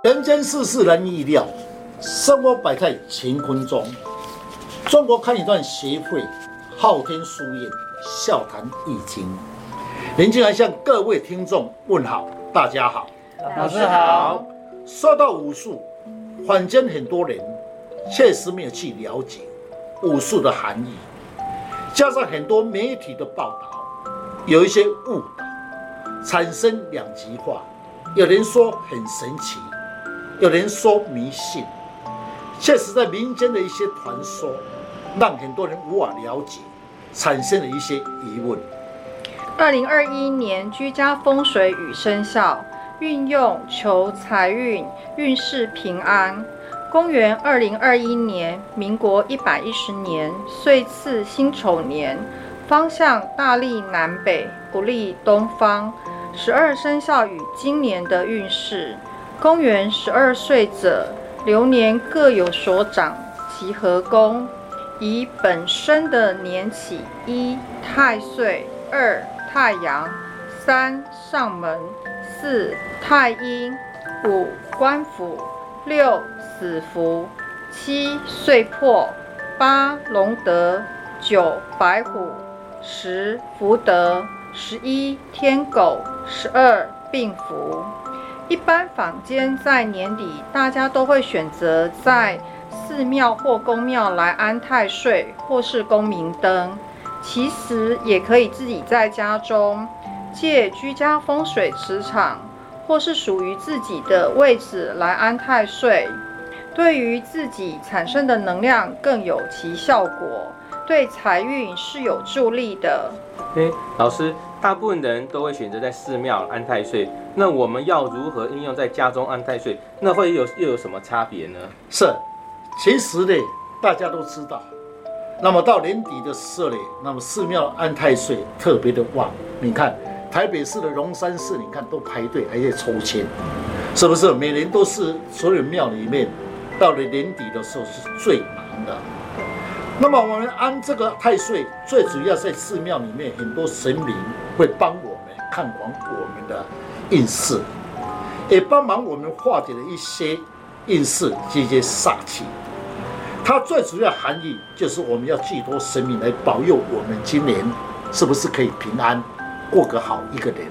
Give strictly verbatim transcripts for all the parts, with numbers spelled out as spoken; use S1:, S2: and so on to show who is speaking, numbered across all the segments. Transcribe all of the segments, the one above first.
S1: 人间世事难预料，生活百态乾坤中。中国看一段协会昊天书院笑谈易经，林进来向各位听众问好，大家好，
S2: 老师好。
S1: 说到武术，坊间很多人确实没有去了解武术的含义，加上很多媒体的报道，有一些误导，产生两极化。有人说很神奇，有人说迷信，确实在民间的一些传说，让很多人无法了解，产生了一些疑问。
S2: 二零二一年居家风水与生肖运用求财运、运势平安。公元二零二一年，民国一百一十年，岁次辛丑年，方向大利南北，不利东方。十二生肖与今年的运势。公元十二岁者，流年各有所长，其合宫以本身的年起：一太岁，二太阳，三上门，四太阴，五官府，六死符，七岁破，八龙德，九白虎，十福德，十一天狗，十二病符。一般坊间在年底，大家都会选择在寺庙或宫庙来安太岁，或是供明灯。其实也可以自己在家中借居家风水磁场，或是属于自己的位置来安太岁，对于自己产生的能量更有其效果，对财运是有助力的。
S3: 诶，老师，大部分人都会选择在寺庙安太岁，那我们要如何应用在家中安太岁？那会有又有什么差别呢？
S1: 是，其实呢，大家都知道，那么到年底的时候呢，那么寺庙安太岁特别的旺。你看台北市的龙山寺，你看都排队，还在抽签，是不是？每年都是所有庙里面，到了年底的时候是最忙的。那么我们安这个太岁，最主要在寺庙里面，很多神明会帮我们看管我们的运势，也帮忙我们化解了一些运势这些煞气。它最主要含义就是我们要寄托神明来保佑我们今年是不是可以平安过个好一个人。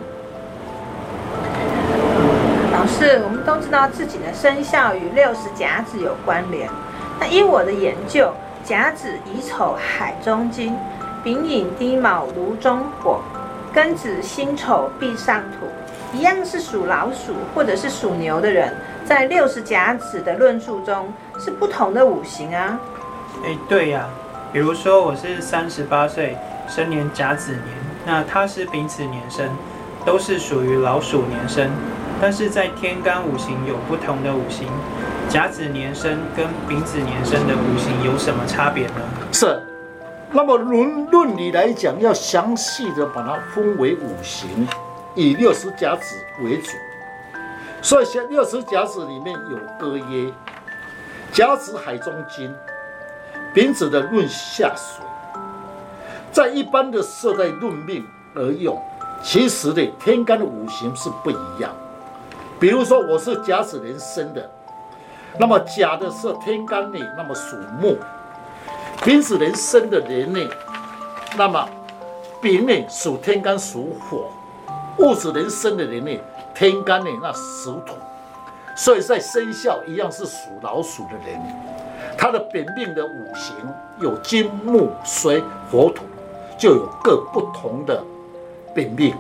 S4: 老师，我们都知道自己的生肖与六十甲子有关联。那依我的研究，甲子乙丑海中金，丙寅丁卯炉中火，庚子辛丑地上土。一样是属老鼠或者是属牛的人，在六十甲子的论述中是不同的五行啊。
S5: 哎，对呀、啊，比如说我是三十八岁，生年甲子年，那他是丙子年生，都是属于老鼠年生，但是在天干五行有不同的五行。甲子年生跟丙子年生的五行有什么差别呢？
S1: 是，那么论论理来讲，要详细的把它分为五行，以六十甲子为主。所以六十甲子里面有歌曰：甲子海中金，丙子的论下水。在一般的时候，在论命而用，其实的天干的五行是不一样。比如说我是甲子年生的，那么甲的是天干内，那么属木；丙子年生的人呢，那么丙呢属天干属火；戊子年生的人呢，天干呢那属土。所以在生肖一样是属老鼠的人，他的本命的五行有金木水火土，就有各不同的本命。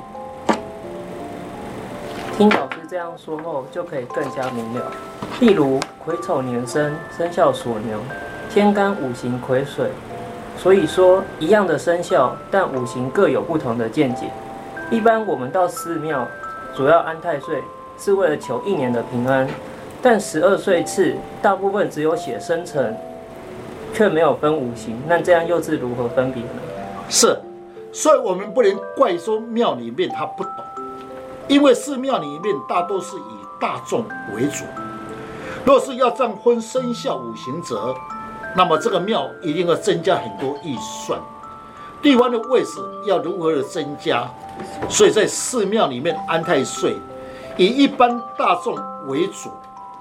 S6: 听老师这样说后，就可以更加明了。例如癸丑年生，生肖属牛，天干五行癸水，所以说一样的生肖，但五行各有不同的见解。一般我们到寺庙，主要安太岁是为了求一年的平安，但十二岁次大部分只有写生辰，却没有分五行，那这样又是如何分别呢？
S1: 是，所以我们不能怪说庙里面他不懂。因为寺庙里面大多是以大众为主，若是要这样分生肖五行者，那么这个庙一定要增加很多预算，地方的位置要如何的增加，所以在寺庙里面安太岁以一般大众为主，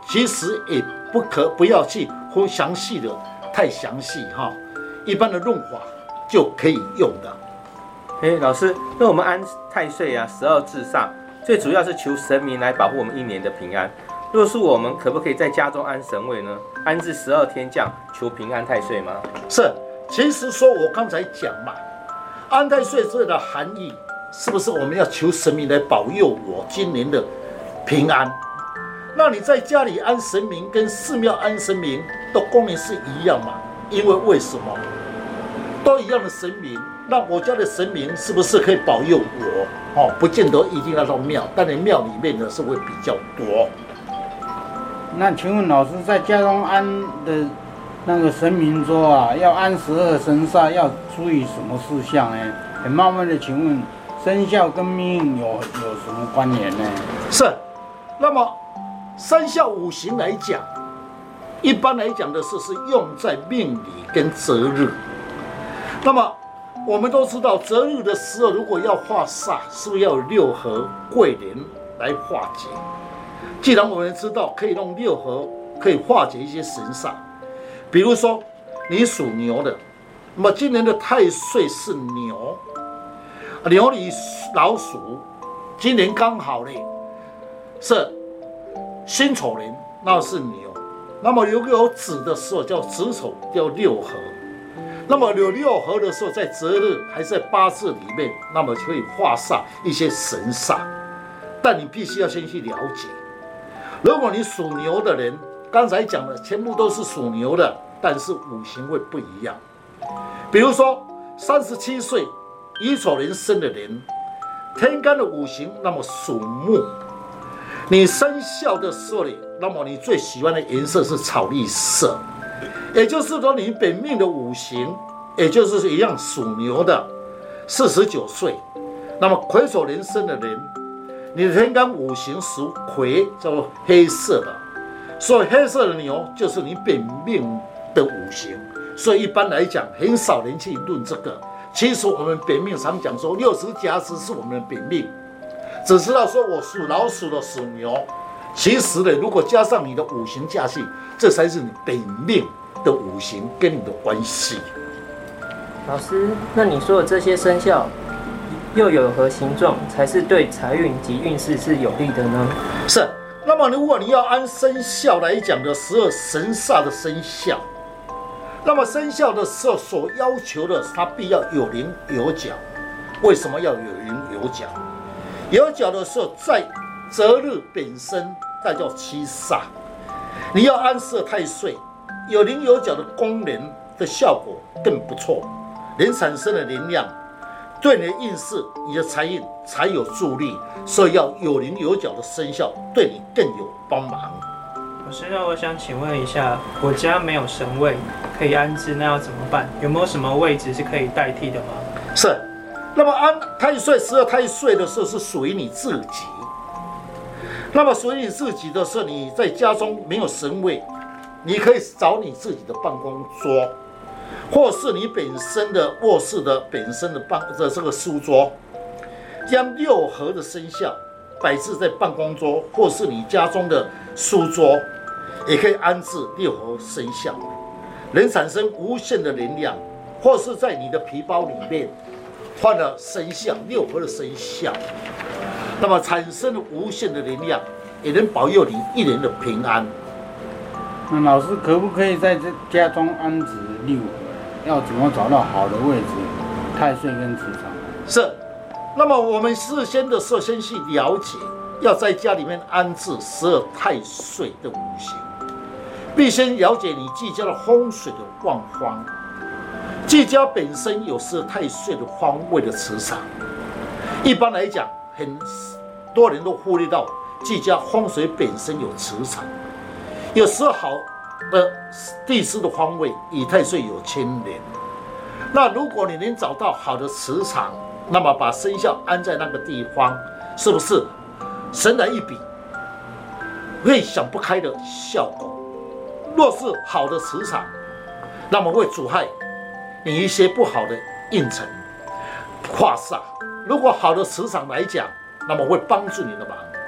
S1: 其实也不可不要去分详细的太详细哈，一般的论法就可以用的。
S3: 哎，老师，那我们安太岁啊，十二至上，最主要是求神明来保护我们一年的平安。若是我们可不可以在家中安神位呢？安置十二天将，求平安太岁吗？
S1: 是，其实说我刚才讲嘛，安太岁这的含义，是不是我们要求神明来保佑我今年的平安？那你在家里安神明跟寺庙安神明的功能是一样嘛？因为为什么？都一样的神明，那我家的神明是不是可以保佑我？哦，不见得一定要到庙，但你庙里面呢是会比较多。
S7: 那请问老师，在家中安的那个神明桌啊，要安十二神煞，要注意什么事项呢？很冒昧的请问，生肖跟命运有有什么关联呢？
S1: 是，那么生肖五行来讲，一般来讲的是是用在命理跟择日。那么我们都知道，择日的时候，如果要化煞，是不是要有六合、贵人来化解？既然我们知道可以用六合可以化解一些神煞，比如说你属牛的，那么今年的太岁是牛，牛里老鼠，今年刚好呢是辛丑年，那是牛。那么如果有子的时候叫子丑，叫六合。那么有六合的时候，在择日还是在八字里面，那么可以化煞一些神煞。但你必须要先去了解，如果你属牛的人，刚才讲的全部都是属牛的，但是五行会不一样。比如说三十七岁乙丑年生的人，天干的五行那么属木，你生肖的时候呢，那么你最喜欢的颜色是草绿色，也就是说你本命的五行，也就是一样属牛的，四十九岁，那么癸丑年生的人，你的天干五行属癸，叫做黑色的，所以黑色的牛就是你本命的五行。所以一般来讲，很少人去论这个。其实我们本命常讲说，六十甲子是我们的本命，只知道说我属老鼠的属牛。其实呢，如果加上你的五行架系，这才是你本命的五行跟你的关系。
S6: 老师，那你说的这些生肖又有何形状才是对财运及运势是有利的呢？
S1: 是。那么如果你要按生肖来讲的十二神煞的生肖，那么生肖的时候所要求的，它必要有棱有角。为什么要有棱有角？有角的时候，在择日本身，那叫七煞。你要安设太岁，有棱有角的功能的效果更不错，能产生的能量，对你的运势、你的财运才有助力。所以要有棱有角的生肖，对你更有帮忙。
S5: 老师，那我想请问一下，我家没有神位可以安置，那要怎么办？有没有什么位置是可以代替的吗？
S1: 是。那么安太岁十二太岁的时候是属于你自己。那么属于你自己的时候，你在家中没有神位，你可以找你自己的办公桌，或是你本身的卧室的本身的办的这个书桌，将六合的生肖摆置在办公桌，或是你家中的书桌，也可以安置六合生肖，能产生无限的能量。或是在你的皮包里面换了生肖六合的生肖，那么产生了无限的能量，也能保佑你一年的平安。
S7: 那老师可不可以在这家中安置六合？要怎么找到好的位置？太岁跟磁场
S1: 是。那么我们事先的时候，先去了解，要在家里面安置十二太岁的五行，必先了解你自家的风水的旺方。自家本身有十二太岁的方位的磁场，一般来讲，很多人都忽略到自家风水本身有磁场。有时候好的地支的方位与太岁有牵连。那如果你能找到好的磁场，那么把生肖安在那个地方，是不是神来一笔，会想不开的效果？若是好的磁场，那么会阻害你一些不好的运程、化煞。如果好的磁场来讲，那么会帮助你的忙。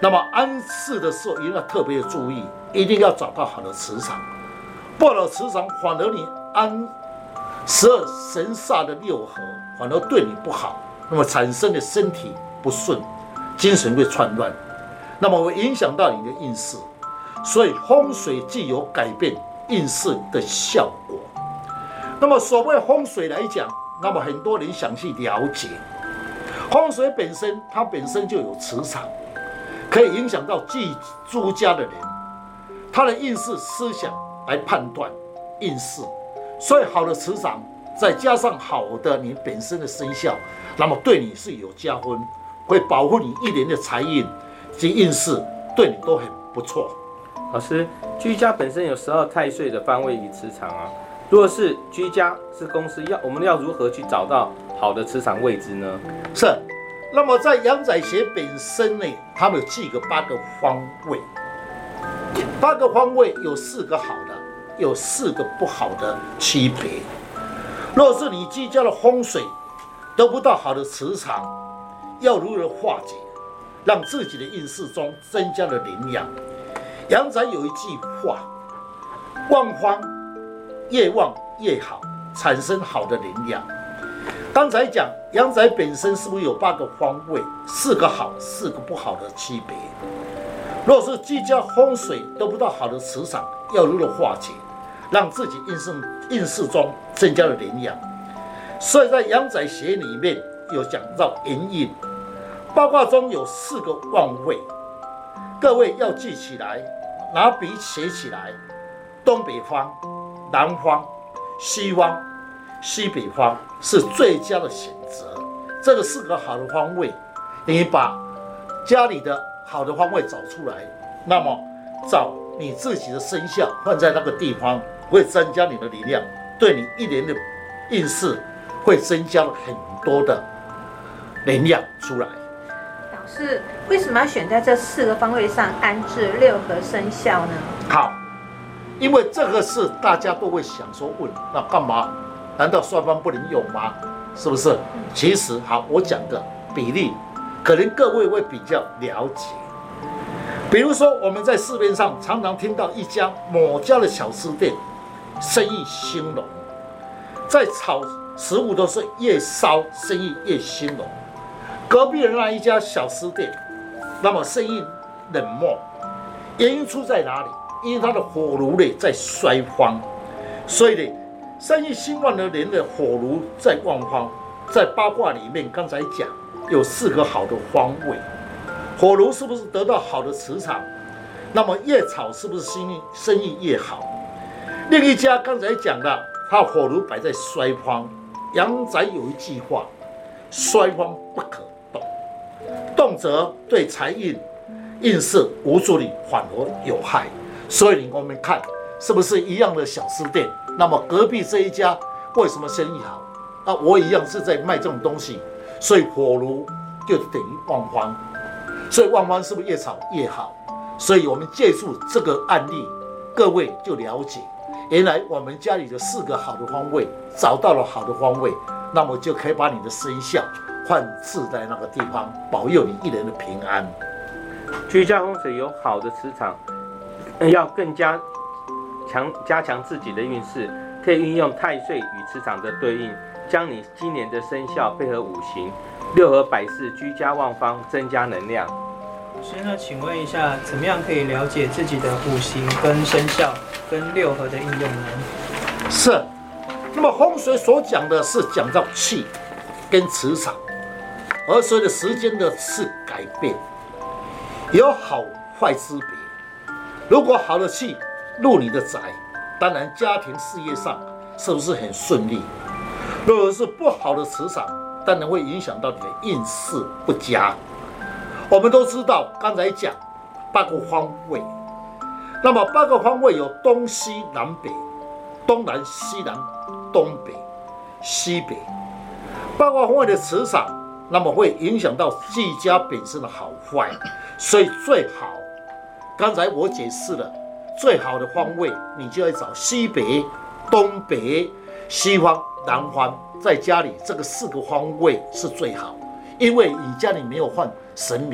S1: 那么安置的时候一定要特别注意，一定要找到好的磁场，不好的磁场反而你安十二神煞的六合反而对你不好，那么产生的身体不顺，精神会串乱，那么会影响到你的运势。所以风水具有改变运势的效果。那么所谓风水来讲，那么很多人想去了解风水本身，它本身就有磁场，可以影响到居住家的人，他的运势思想来判断运势。所以好的磁场再加上好的你本身的生肖，那么对你是有加分，会保护你一年的财运及运势，对你都很不错。
S3: 老师，居家本身有十二太岁的方位与磁场啊，如果是居家是公司，要我们要如何去找到好的磁场位置呢？
S1: 是，那么在阳宅学本身呢，他们有记个八个方位，八个方位有四个好的，有四个不好的区别。若是你居家的风水得不到好的磁场，要如何化解，让自己的运势中增加了能量？阳宅有一句话，旺方越旺越好，产生好的能量。刚才讲阳宅本身是不是有八个方位，四个好，四个不好的区别？若是居家风水得不到好的磁场，要如何化解，让自己运势运势中增加了能量？所以在阳宅学里面有讲到元运，八卦中有四个旺位，各位要记起来，拿笔写起来。东北方、南方、西方、西北方是最佳的选择。这个四个好的方位，你把家里的好的方位找出来，那么找你自己的生肖放在那个地方，会增加你的力量，对你一年的运势会增加了很多的能量出来。
S4: 老师，为什么要选在这四个方位上安置六合生肖呢？
S1: 好，因为这个是大家都会想说问，那干嘛？难道双方不能用吗？是不是？其实好，我讲个比例，可能各位会比较了解。比如说，我们在市面上常常听到一家某家的小吃店，生意兴隆，在炒食物都是越烧生意越兴隆。隔壁的那一家小吃店，那么生意冷漠，原因出在哪里？因为它的火炉呢在衰荒，所以呢，生意兴旺的人的火炉在旺荒。在八卦里面，刚才讲有四个好的方位，火炉是不是得到好的磁场？那么越炒是不是生意生意越好？另一家刚才讲了，它火炉摆在衰荒，阳宅有一句话：衰荒不可动，动则对财运运势无助力，反而有害。所以我们看是不是一样的小吃店？那么隔壁这一家为什么生意好？啊，我一样是在卖这种东西，所以火炉就等于旺荒，所以旺荒是不是越炒越好？所以我们借助这个案例，各位就了解，原来我们家里的四个好的方位，找到了好的方位，那么就可以把你的生肖换置在那个地方，保佑你一人的平安。
S3: 居家风水有好的磁场，要更加强加强自己的运势，可以运用太岁与磁场的对应，将你今年的生肖配合五行，六合百事，居家旺方，增加能量。
S5: 老师，那请问一下，怎么样可以了解自己的五行跟生肖跟六合的应用呢？
S1: 是，那么风水所讲的是讲到气跟磁场，而随着时间的是改变，有好坏之别。如果好的气入你的宅，当然家庭事业上是不是很顺利？如果是不好的磁场，当然会影响到你的运势不佳。我们都知道，刚才讲八个方位，那么八个方位有东西南北、东南西南、东北、西北。八个方位的磁场，那么会影响到居家本身的好坏，所以最好，刚才我解释了，最好的方位你就要找西北、东北、西方、南方，在家里这个四个方位是最好，因为你家里没有换神明，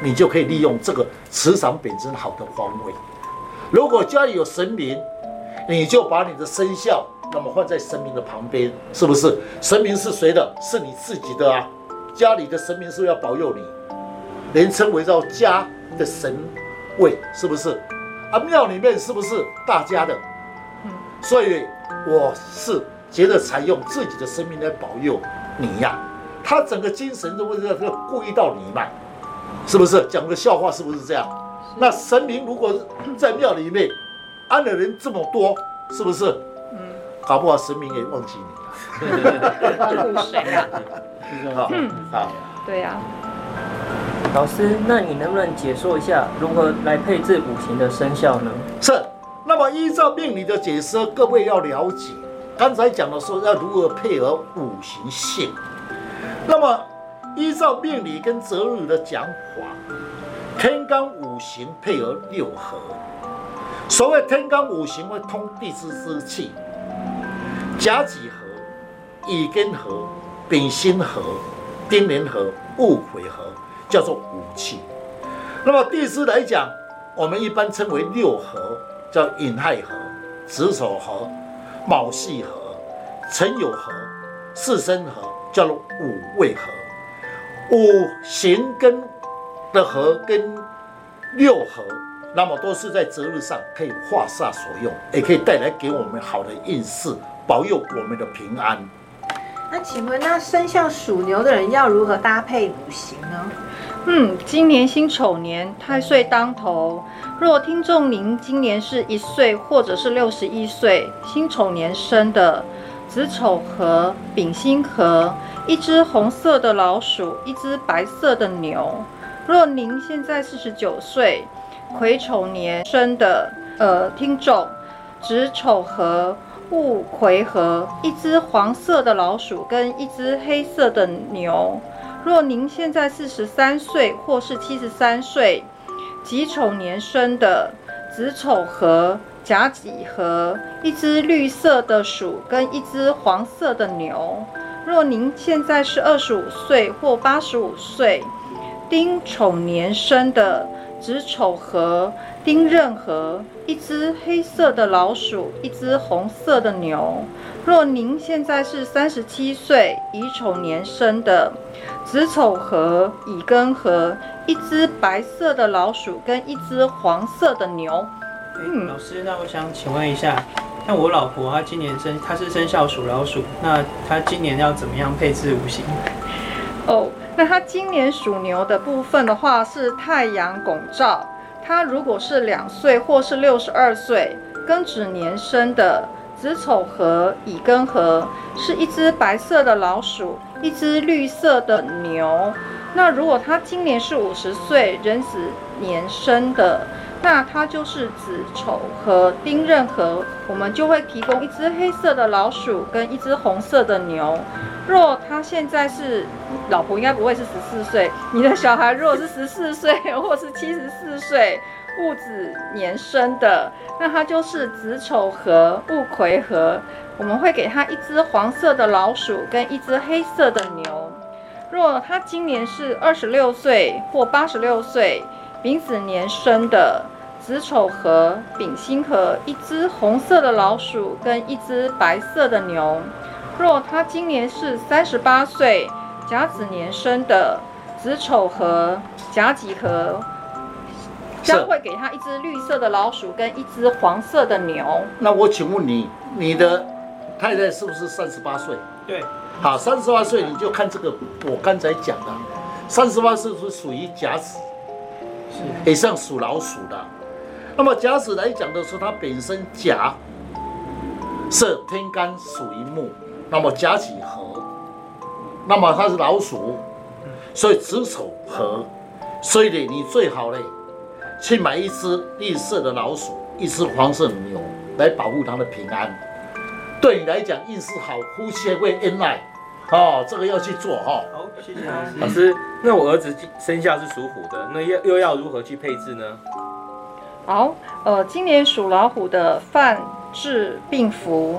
S1: 你就可以利用这个磁场本身好的方位。如果家里有神明，你就把你的生肖那么放在神明的旁边，是不是？神明是谁的？是你自己的啊。家里的神明是不是要保佑你？连称为叫家的神位，是不是？啊，庙里面是不是大家的？所以我是觉得采用自己的生命来保佑你呀、啊。他整个精神都会在顾虑到你嘛，是不是？讲个笑话是不是这样？那神明如果在庙里面安的人这么多，是不是？嗯，搞不好神明也忘记你了。
S2: 保护谁啊？
S1: 好，好，
S2: 对呀、啊。
S6: 老师，那你能不能解说一下如何来配置五行的生肖呢？
S1: 是。那么依照命理的解说，各位要了解，刚才讲的说要如何配合五行性。那么依照命理跟择日的讲法，天干五行配合六合。所谓天干五行会通地支之气，甲己合、乙庚合、丙辛合、丁壬合、戊癸合，叫做五气。那么地支来讲，我们一般称为六合，叫寅亥合、子丑合、卯戌合、辰酉合、巳申合，叫做五味合。五行跟的合跟六合，那么都是在择日上可以化煞所用，也可以带来给我们好的运势，保佑我们的平安。
S4: 那请问，那生肖属牛的人要如何搭配五行呢？
S2: 嗯，今年辛丑年，太岁当头。若听众您今年是一岁或者是六十一岁，辛丑年生的，子丑合、丙辛合，一只红色的老鼠，一只白色的牛。若您现在四十九岁，癸丑年生的，呃，听众，子丑合、戊癸合，一只黄色的老鼠跟一只黑色的牛。若您现在四十三岁或是七十三岁，己丑年生的，子丑合、甲己合，一只绿色的鼠跟一只黄色的牛。若您现在是二十五岁或八十五岁，丁丑年生的，子丑合、丁壬合，一只黑色的老鼠，一只红色的牛。若您现在是三十七岁，乙丑年生的，子丑合、乙庚合，一只白色的老鼠跟一只黄色的牛。
S5: 嗯，老师，那我想请问一下，像我老婆她今年生，她是生肖属老鼠，那她今年要怎么样配置五行？
S2: 哦，那她今年属牛的部分的话是太阳拱照，她如果是两岁或是六十二岁，庚子年生的，子丑合、乙庚合，是一只白色的老鼠，一只绿色的牛。那如果他今年是五十岁，壬子年生的，那他就是子丑合、丁壬合，我们就会提供一只黑色的老鼠跟一只红色的牛。若他现在是老婆，应该不会是十四岁，你的小孩如果是十四岁或是七十四岁，戊子年生的，那他就是子丑合、戊癸合，我们会给他一只黄色的老鼠跟一只黑色的牛。若他今年是二十六岁或八十六岁，丙子年生的，子丑合、丙辛合，一只红色的老鼠跟一只白色的牛。若他今年是三十八岁，甲子年生的，子丑合、甲己合，将会给他一只绿色的老鼠跟一只黄色的牛。
S1: 那我请问你，你的太太是不是三十八岁？
S5: 对。
S1: 好，三十八岁你就看这个，我刚才讲的，三十八岁是属于甲子，也像属老鼠的。那么甲子来讲的时候，它本身甲是天干属于木，那么甲己合，那么它是老鼠，所以子丑合，所以呢，你最好呢去买一只绿色的老鼠，一只黄色的牛，来保护它的平安。对你来讲运势好，夫妻会恩爱，哦，这个要去做哈。
S5: 好，谢谢老师。
S3: 老师，那我儿子生肖是属虎的，那又又要如何去配置呢？
S2: 好，呃，今年属老虎的犯治病符，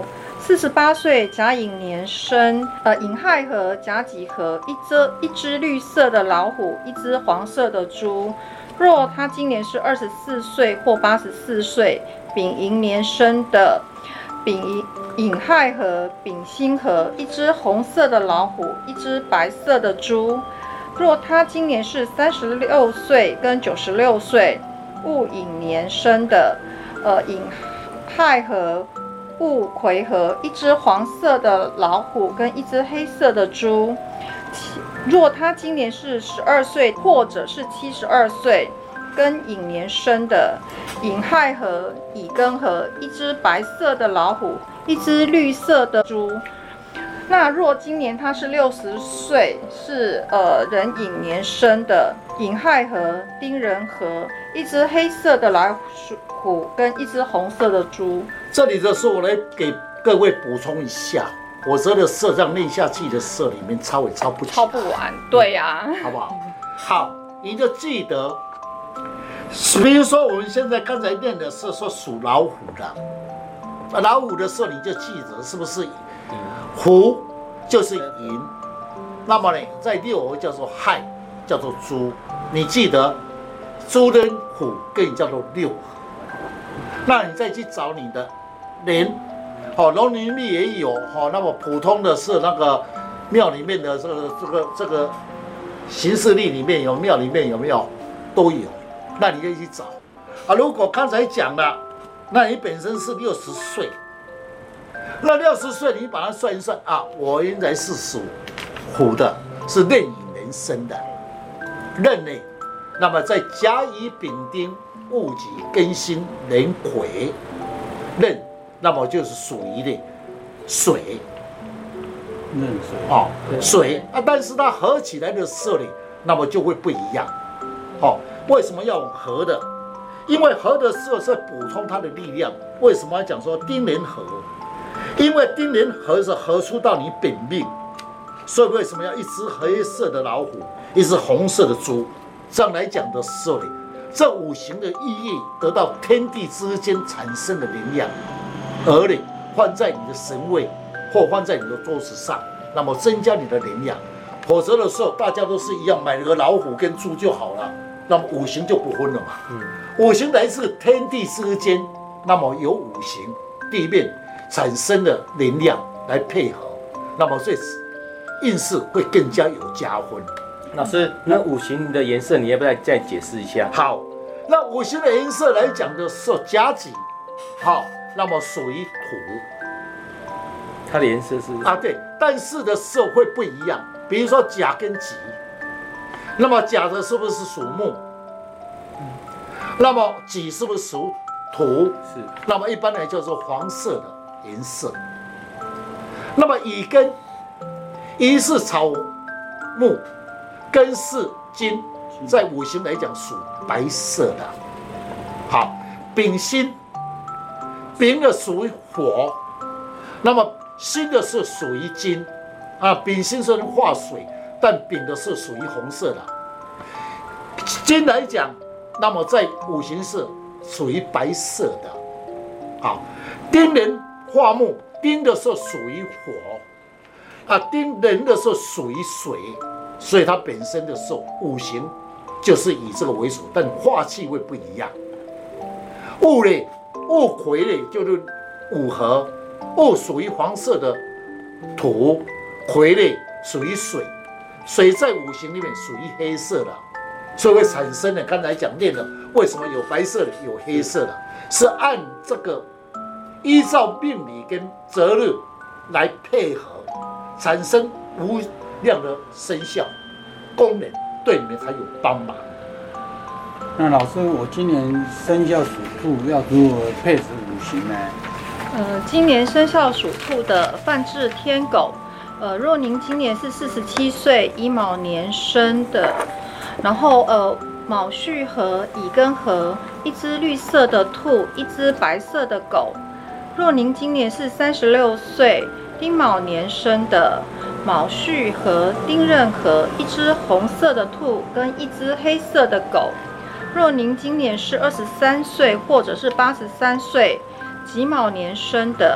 S2: 四十八岁甲寅年生，呃，寅亥合、甲己合，一只一只绿色的老虎，一只黄色的猪。若他今年是二十四岁或八十四岁，丙寅年生的，丙寅寅亥合、丙辛合，一只红色的老虎，一只白色的猪。若他今年是三十六岁跟九十六岁，戊寅年生的，呃，寅亥合、戊癸合，一只黄色的老虎跟一只黑色的猪。若他今年是十二岁或者是七十二岁，庚寅年生的，寅亥合、乙庚合，一只白色的老虎，一只绿色的猪。那若今年他是六十岁，是呃壬寅年生的，寅亥合、丁壬合，一只黑色的老虎跟一只红色的猪。
S1: 这里的时候，我来给各位补充一下，我这的色让念下去的色里面抄也抄不起，
S2: 抄不完，对呀、啊，
S1: 好不好？好，你就记得，比如说我们现在刚才念的是说属老虎的，老虎的色你就记得是不是？虎就是寅，那么呢，在六合叫做亥，叫做猪。你记得，猪跟虎跟你叫做六合。那你再去找你的年，好，农民历也有，好，那么普通的是那个庙里面的这个这个这个行事历里面有，庙里面有没有都有，那你可以去找啊。如果刚才讲了，那你本身是六十岁。那六十岁，你把它算一算啊，我应该是属虎的，是壬寅年生的，壬呢，那么在甲乙丙丁戊己庚辛壬癸，壬，那么就是属于的水，
S7: 壬水
S1: 哦，水啊，但是它合起来的色呢，那么就会不一样，哦，为什么要用合的？因为合的色是补充它的力量。为什么要讲说丁壬合？因为丁壬合是合出到你本命，所以为什么要一只黑色的老虎，一只红色的猪？这样来讲的时候呢，这五行的意义得到天地之间产生的能量，而呢放在你的神位或放在你的桌子上，那么增加你的能量。否则的时候，大家都是一样，买了个老虎跟猪就好了，那么五行就不分了嘛。嗯，五行来自天地之间，那么有五行地面产生的能量来配合，那么对运势会更加有加分。
S3: 老师，那五行的颜色你要不要再解释一下？
S1: 好，那五行的颜色来讲的时候，甲己，好，那么属于土，
S3: 它的颜色是
S1: 啊对，但是的时候会不一样。比如说甲跟己，那么甲的是不是属木？那么己是不是属土？
S3: 是。
S1: 那么一般来叫做黄色的颜色。那么乙跟，乙是草木，庚是金，在五行来讲属白色的。好，丙辛，丙的属于火，那么辛的是属于金。啊，丙辛虽然化水，但丙的是属于红色的。金来讲，那么在五行是属于白色的。好，丁壬化木，丁的是属于火，啊，丁壬的是属于水，所以它本身的是五行就是以这个为主，但化气会不一样。戊呢，戊癸呢就是五合，戊属于黄色的土。癸类属于水，水在五行里面属于黑色的，所以会产生的。刚才讲练了，为什么有白色的，有黑色的，是按这个依照命理跟择日来配合，产生无量的生肖功能，对你们才有帮忙。
S7: 那老师，我今年生肖属兔，要如何配置五行呢？
S2: 呃，今年生肖属兔的范至天狗。呃，若您今年是四十七岁乙卯年生的，然后呃卯戌合、乙庚合，一只绿色的兔，一只白色的狗。若您今年是三十六岁丁卯年生的，卯戌合、丁壬合，一只红色的兔跟一只黑色的狗。若您今年是二十三岁或者是八十三岁己卯年生的，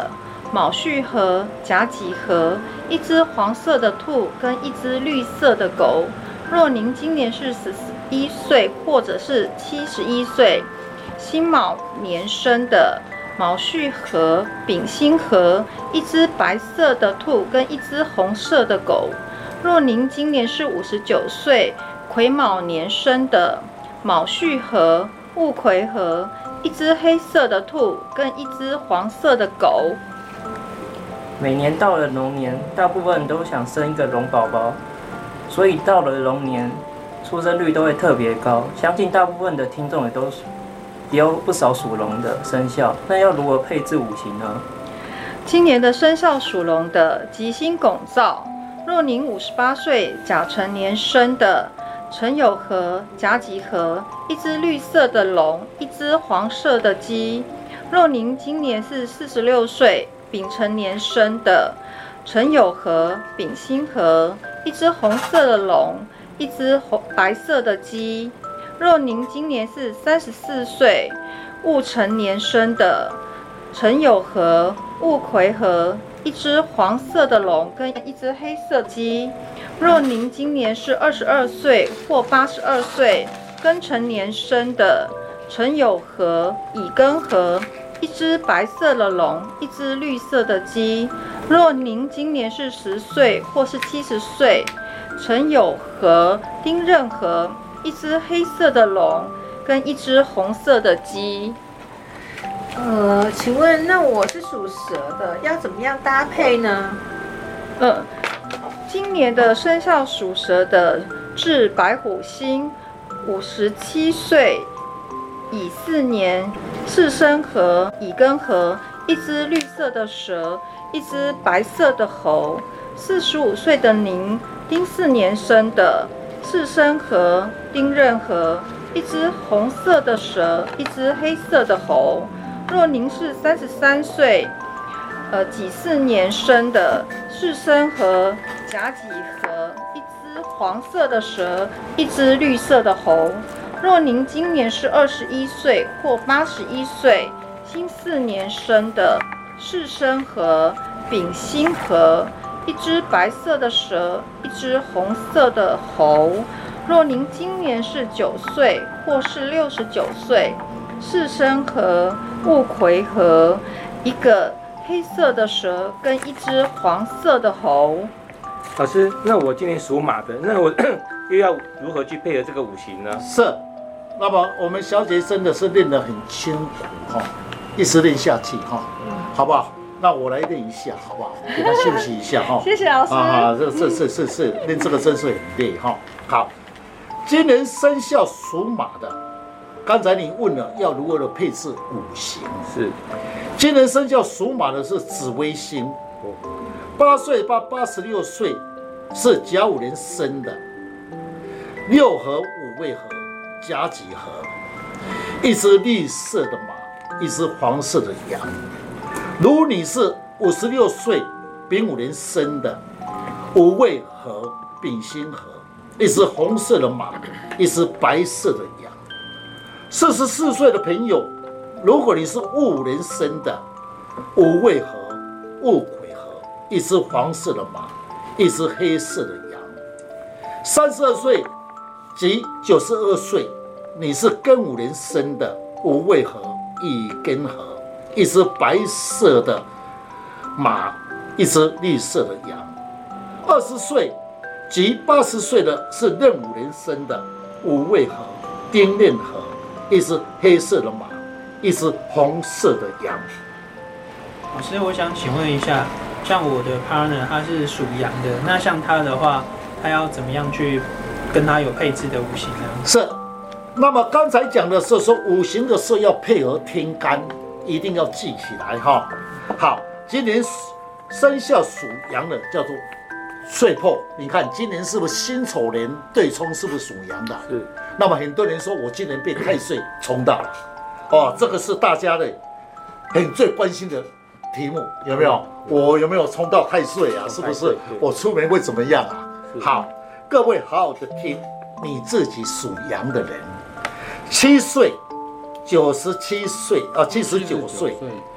S2: 卯戌合、甲己合，一只黄色的兔跟一只绿色的狗。若您今年是十一岁或者是七十一岁，辛卯年生的，卯戌合、丙辛合，一只白色的兔跟一只红色的狗。若您今年是五十九岁，癸卯年生的，卯戌合、戊癸合，一只黑色的兔跟一只黄色的狗。
S6: 每年到了龙年，大部分人都想生一个龙宝宝，所以到了龙年，出生率都会特别高。相信大部分的听众也都也有不少属龙的生肖，那要如何配置五行呢？
S2: 今年的生肖属龙的吉星拱照。若您五十八岁甲辰年生的，辰酉合、甲己合，一只绿色的龙，一只黄色的鸡。若您今年是四十六岁丙辰年生的，辰酉合、丙辛合，一只红色的龙，一只红白色的鸡。若您今年是三十四岁戊辰年生的，辰酉合、戊癸合，一只黄色的龙跟一只黑色鸡。若您今年是二十二岁或八十二岁庚辰年生的，辰酉合、乙庚合，一只白色的龙，一只绿色的鸡。若您今年是十岁或是七十岁，辰酉合、丁壬合，一只黑色的龙跟一只红色的鸡。
S4: 呃，请问那我是属蛇的，要怎么样搭配呢？
S2: 嗯，今年的生肖属蛇的至白虎星，五十七岁乙巳年，巳申合、乙庚合，一只绿色的蛇，一只白色的猴。四十五岁的您，丁巳年生的，巳申合、丁壬合，一只红色的蛇，一只黑色的猴。若您是三十三岁，呃己巳年生的，巳申合、甲己合，一只黄色的蛇，一只绿色的猴。若您今年是二十一岁或八十一岁，辛巳年生的，巳申合、丙辛合，一只白色的蛇，一只红色的猴。若您今年是九岁或是六十九岁，巳申合、戊癸合，一个黑色的蛇跟一只黄色的猴。
S3: 老师，那我今年属马的，那我又要如何去配合这个五行呢？
S1: 是，那么我们小姐真的是练得很辛苦哈，一直练下去哈，好不好？那我来练一下，好不好？给她休息一下哈。
S2: 谢谢老师。
S1: 啊，这是是是是，练这个真是很累哈。好，今年生肖属马的，刚才你问了要如何的配置五行，
S3: 是，
S1: 今年生肖属马的是紫微星，八岁到八十六岁是甲午年生的，六合五位合，甲己合，一只绿色的马，一只黄色的羊。如你是五十六岁丙午年生的，五位合，丙辛合，一只红色的马，一只白色的羊。四十四岁的朋友，如果你是戊午年生的，五位合，戊癸合，一只黄色的马，一只黑色的羊。三十二岁及九十二岁，你是庚午年生的，五位合，乙庚合，一只白色的马，一只绿色的羊。二十岁及八十岁的是壬午年生的，五位合，丁壬合，一只黑色的马，一只红色的羊。
S5: 老师，我想请问一下，像我的 partner 他是属羊的，那像他的话，他要怎么样去跟他有配置的五行呢？
S1: 是，那么刚才讲的是说五行的时候要配合天干，一定要记起来哈。好，今年生肖属羊的叫做岁破，你看今年是不是辛丑年对冲，是不是属羊的？
S3: 是。
S1: 那么很多人说我今年被太岁冲到了，哦，这个是大家的很最关心的题目，有没有？我有没有冲到太岁啊？是不是？我出门会怎么样啊？好，各位好好的听，你自己属羊的人，七岁、九十七岁啊，七十九岁，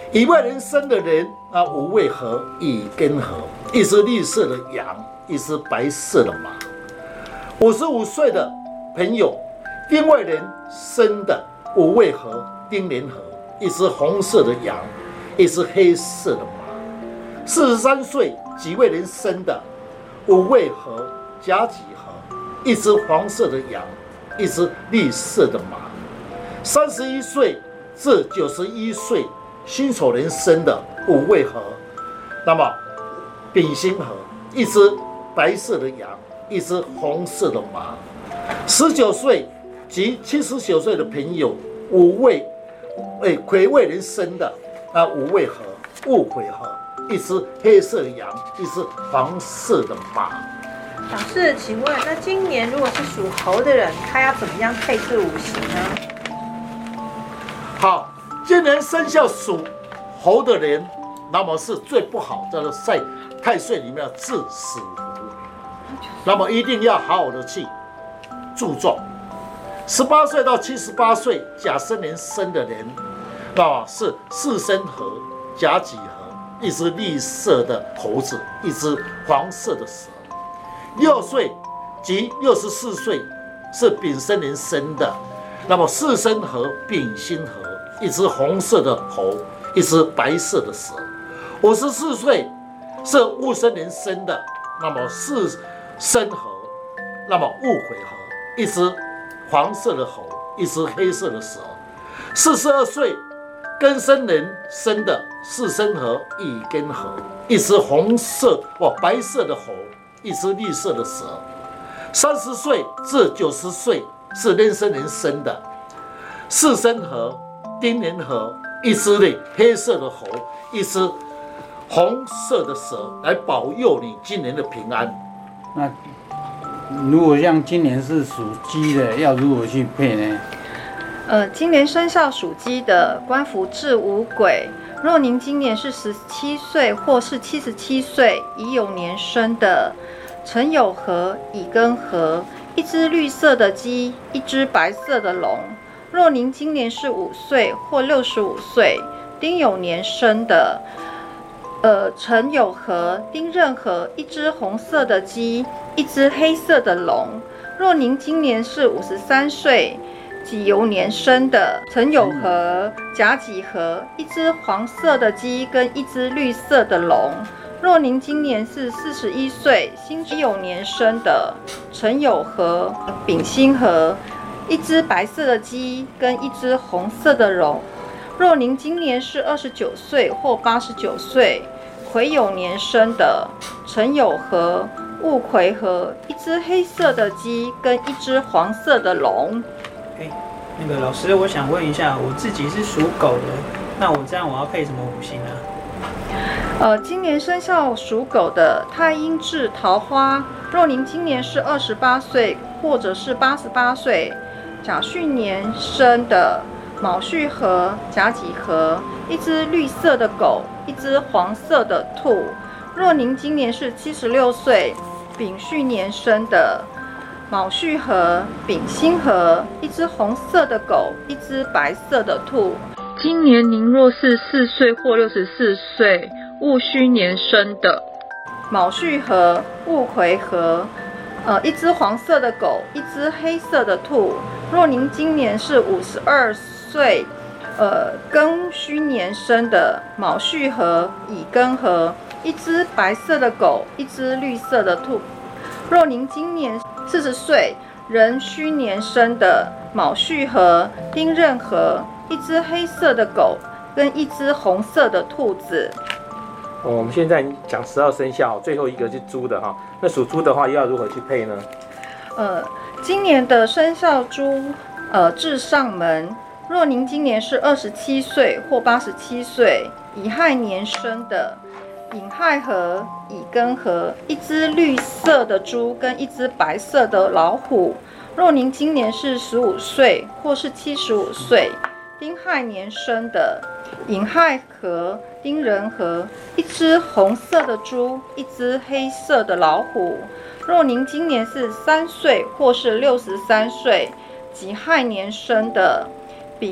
S1: 乙未年生的人啊，午未合，乙庚合，一只绿色的羊，一只白色的马。五十五岁的朋友，丁未年生的，午未合，丁年合，一只红色的羊，一只黑色的马。四十三岁己未年生的，午未合，甲己合，一只黄色的羊，一只绿色的马。三十一岁至九十一岁辛丑年生的，午未合，那么丙辛合，一只白色的羊，一只红色的马。十九岁及七十九岁的朋友，午未诶癸未年生的，啊午未合，戊癸合，一只黑色的羊，一只黄色的马。
S4: 老师，请问那今年如果是属猴的人，他要怎么样配置五行呢？
S1: 好，今年生肖属猴的人，那么是最不好的，在太岁里面自死符，那么一定要好好的去注重。十八岁到七十八岁甲申年生的人，那么是巳申合，甲己合，一只绿色的猴子，一只黄色的蛇。六岁及六十四岁是丙申年生的，那么巳申合，丙辛合，一只红色的猴，一只白色的蛇。五十四岁是戊申年生的，那么巳申合，那么戊癸合，一只黄色的猴，一只黑色的蛇。四十二岁庚申年生的，巳申合，乙庚合，一只红色哦白色的猴，一只绿色的蛇。三十岁至九十岁是壬申年生的，巳申合，丁年合，一只的黑色的猴，一只红色的蛇，来保佑你今年的平安。
S7: 那如果像今年是属鸡的，要如何去配呢？
S2: 呃，今年生肖属鸡的，官符至五癸。若您今年是十七岁或是七十七岁乙酉年生的，辰酉合，乙庚合，一只绿色的鸡，一只白色的龙。若您今年是五岁或六十五岁丁酉年生的，呃，辰酉合，丁壬合，一只红色的鸡，一只黑色的龙。若您今年是五十三岁己酉年生的，辰酉合，甲己合，一只黄色的鸡跟一只绿色的龙。若您今年是四十一岁辛酉年生的，辰酉合，丙辛合，一只白色的鸡跟一只红色的龙。若您今年是二十九岁或八十九岁癸酉年生的，辰酉合，戊癸合，一只黑色的鸡跟一只黄色的龙。
S5: 哎，那个老师，我想问一下，我自己是属狗的，那我这样我要配什么五行啊？
S2: 呃，今年生肖属狗的太阴至桃花。若您今年是二十八岁或者是八十八岁甲戌年生的，卯戌合，甲己合，一只绿色的狗，一只黄色的兔。若您今年是七十六岁丙戌年生的，卯戌合，丙辛合，一只红色的狗，一只白色的兔。今年您若是四岁或六十四岁戊戌年生的，卯戌合，戊癸合，呃，一只黄色的狗，一只黑色的兔。若您今年是五十二岁，呃，庚戌年生的，卯戌合，乙庚合，一只白色的狗，一只绿色的兔。若您今年四十岁壬戌年生的，卯戌合，丁壬合，一只黑色的狗跟一只红色的兔子。
S3: 哦，我们现在讲十二生肖，最后一个是猪的哈。那属猪的话，又要如何去配呢？
S2: 呃，今年的生肖猪，呃，至上门。若您今年是二十七岁或八十七岁乙亥年生的，寅亥合，乙庚合，一只绿色的猪跟一只白色的老虎。若您今年是十五岁或是七十五岁丁亥年生的，寅亥合，丁壬合，一只红色的猪，一只黑色的老虎。若您今年是三岁或是六十三岁己亥年生的，丙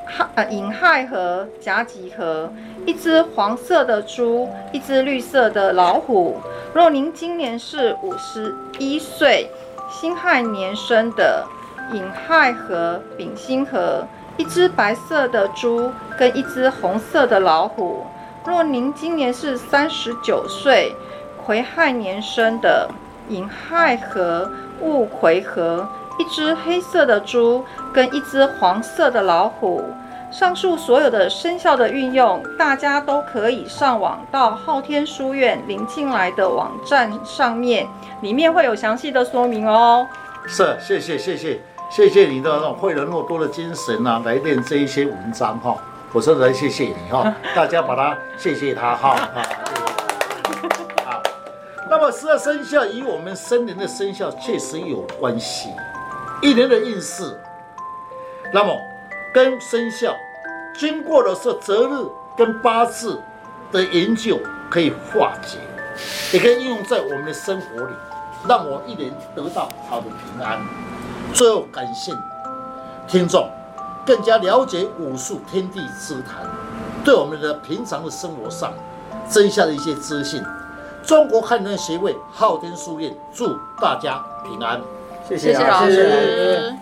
S2: 呃寅亥合、甲己合，一只黄色的猪，一只绿色的老虎。若您今年是五十一岁，辛亥年生的，寅亥合、丙辛合，一只白色的猪跟一只红色的老虎。若您今年是三十九岁，癸亥年生的，寅亥合、戊癸合，一只黑色的猪跟一只黄色的老虎。上述所有的生肖的运用，大家都可以上网到昊天书院林进来的网站上面，里面会有详细的说明哦。
S1: 是，谢谢谢谢谢谢你的那种惠人若多的精神啊，来练这一些文章哈，我真的谢谢你哈，大家把它谢谢他哈啊。好，那么十二生肖与我们生年的生肖确实有关系，一年的运势，那么跟生肖经过的是择日跟八字的研究可以化解，也可以应用在我们的生活里，让我一年得到好的平安。最后感谢听众更加了解武术天地之谈，对我们的平常的生活上增加了一些资讯。中国汉人协会昊天书院祝大家平安，
S3: 谢
S2: 谢谢老师。